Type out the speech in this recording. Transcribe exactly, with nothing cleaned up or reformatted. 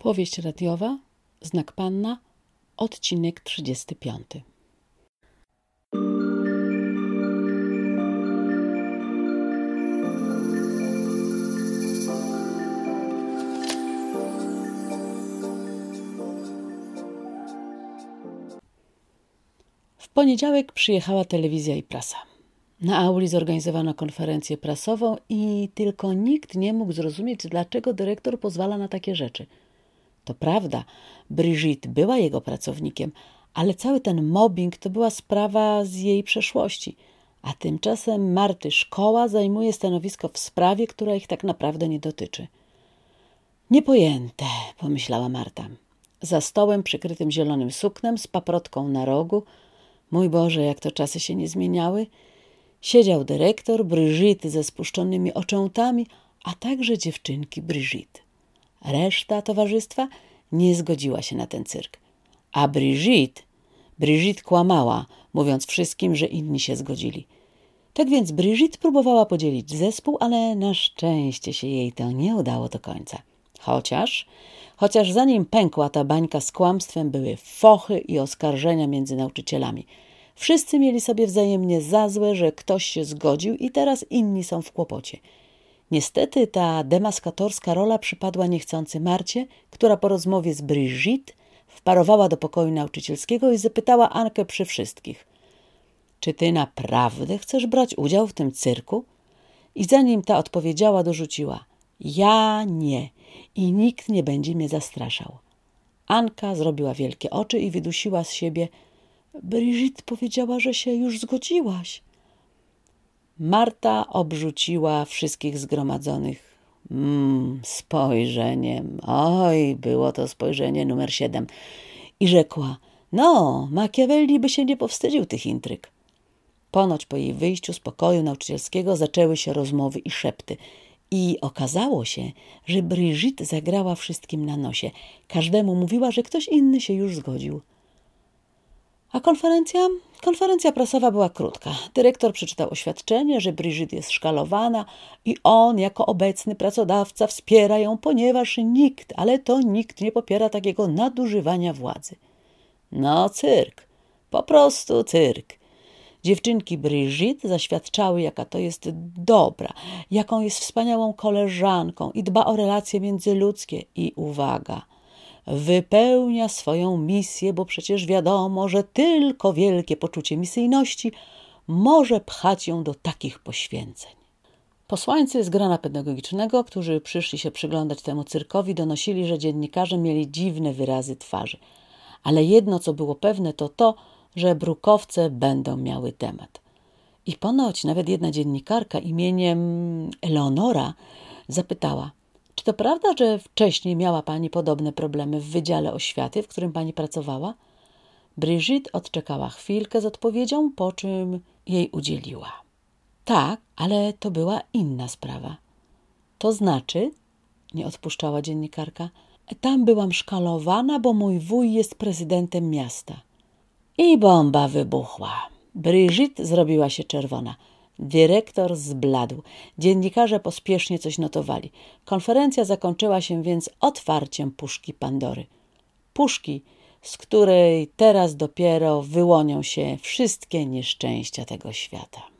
Powieść radiowa, Znak Panna, odcinek trzydziesty piąty. W poniedziałek przyjechała telewizja i prasa. Na auli zorganizowano konferencję prasową i tylko nikt nie mógł zrozumieć, dlaczego dyrektor pozwala na takie rzeczy. To prawda, Brigitte była jego pracownikiem, ale cały ten mobbing to była sprawa z jej przeszłości, a tymczasem Marty szkoła zajmuje stanowisko w sprawie, która ich tak naprawdę nie dotyczy. Niepojęte, pomyślała Marta. Za stołem przykrytym zielonym suknem z paprotką na rogu, mój Boże, jak to czasy się nie zmieniały, siedział dyrektor, Brigitte ze spuszczonymi oczątami, a także dziewczynki Brigitte. Reszta towarzystwa nie zgodziła się na ten cyrk. A Brigitte, Brigitte kłamała, mówiąc wszystkim, że inni się zgodzili. Tak więc Brigitte próbowała podzielić zespół, ale na szczęście się jej to nie udało do końca. Chociaż, chociaż zanim pękła ta bańka z kłamstwem, były fochy i oskarżenia między nauczycielami. Wszyscy mieli sobie wzajemnie za złe, że ktoś się zgodził i teraz inni są w kłopocie. Niestety ta demaskatorska rola przypadła niechcący Marcie, która po rozmowie z Brigitte wparowała do pokoju nauczycielskiego i zapytała Ankę przy wszystkich: czy ty naprawdę chcesz brać udział w tym cyrku? I zanim ta odpowiedziała, dorzuciła: ja nie i nikt nie będzie mnie zastraszał. Anka zrobiła wielkie oczy i wydusiła z siebie: Brigitte powiedziała, że się już zgodziłaś. Marta obrzuciła wszystkich zgromadzonych mm, spojrzeniem. Oj, było to spojrzenie numer siedem. I rzekła: no, Machiavelli by się nie powstydził tych intryg. Ponoć po jej wyjściu z pokoju nauczycielskiego zaczęły się rozmowy i szepty. I okazało się, że Brigitte zagrała wszystkim na nosie. Każdemu mówiła, że ktoś inny się już zgodził. A konferencja? Konferencja prasowa była krótka. Dyrektor przeczytał oświadczenie, że Brigitte jest szkalowana i on jako obecny pracodawca wspiera ją, ponieważ nikt, ale to nikt nie popiera takiego nadużywania władzy. No cyrk, po prostu cyrk. Dziewczynki Brigitte zaświadczały, jaka to jest dobra, jaką jest wspaniałą koleżanką i dba o relacje międzyludzkie i uwaga, wypełnia swoją misję, bo przecież wiadomo, że tylko wielkie poczucie misyjności może pchać ją do takich poświęceń. Posłańcy z grona pedagogicznego, którzy przyszli się przyglądać temu cyrkowi, donosili, że dziennikarze mieli dziwne wyrazy twarzy. Ale jedno, co było pewne, to to, że brukowce będą miały temat. I ponoć nawet jedna dziennikarka imieniem Eleonora zapytała: czy to prawda, że wcześniej miała pani podobne problemy w Wydziale Oświaty, w którym pani pracowała? Brigitte odczekała chwilkę z odpowiedzią, po czym jej udzieliła. Tak, ale to była inna sprawa. To znaczy, nie odpuszczała dziennikarka, tam byłam szkalowana, bo mój wuj jest prezydentem miasta. I bomba wybuchła. Brigitte zrobiła się czerwona. Dyrektor zbladł. Dziennikarze pospiesznie coś notowali. Konferencja zakończyła się więc otwarciem puszki Pandory. Puszki, z której teraz dopiero wyłonią się wszystkie nieszczęścia tego świata.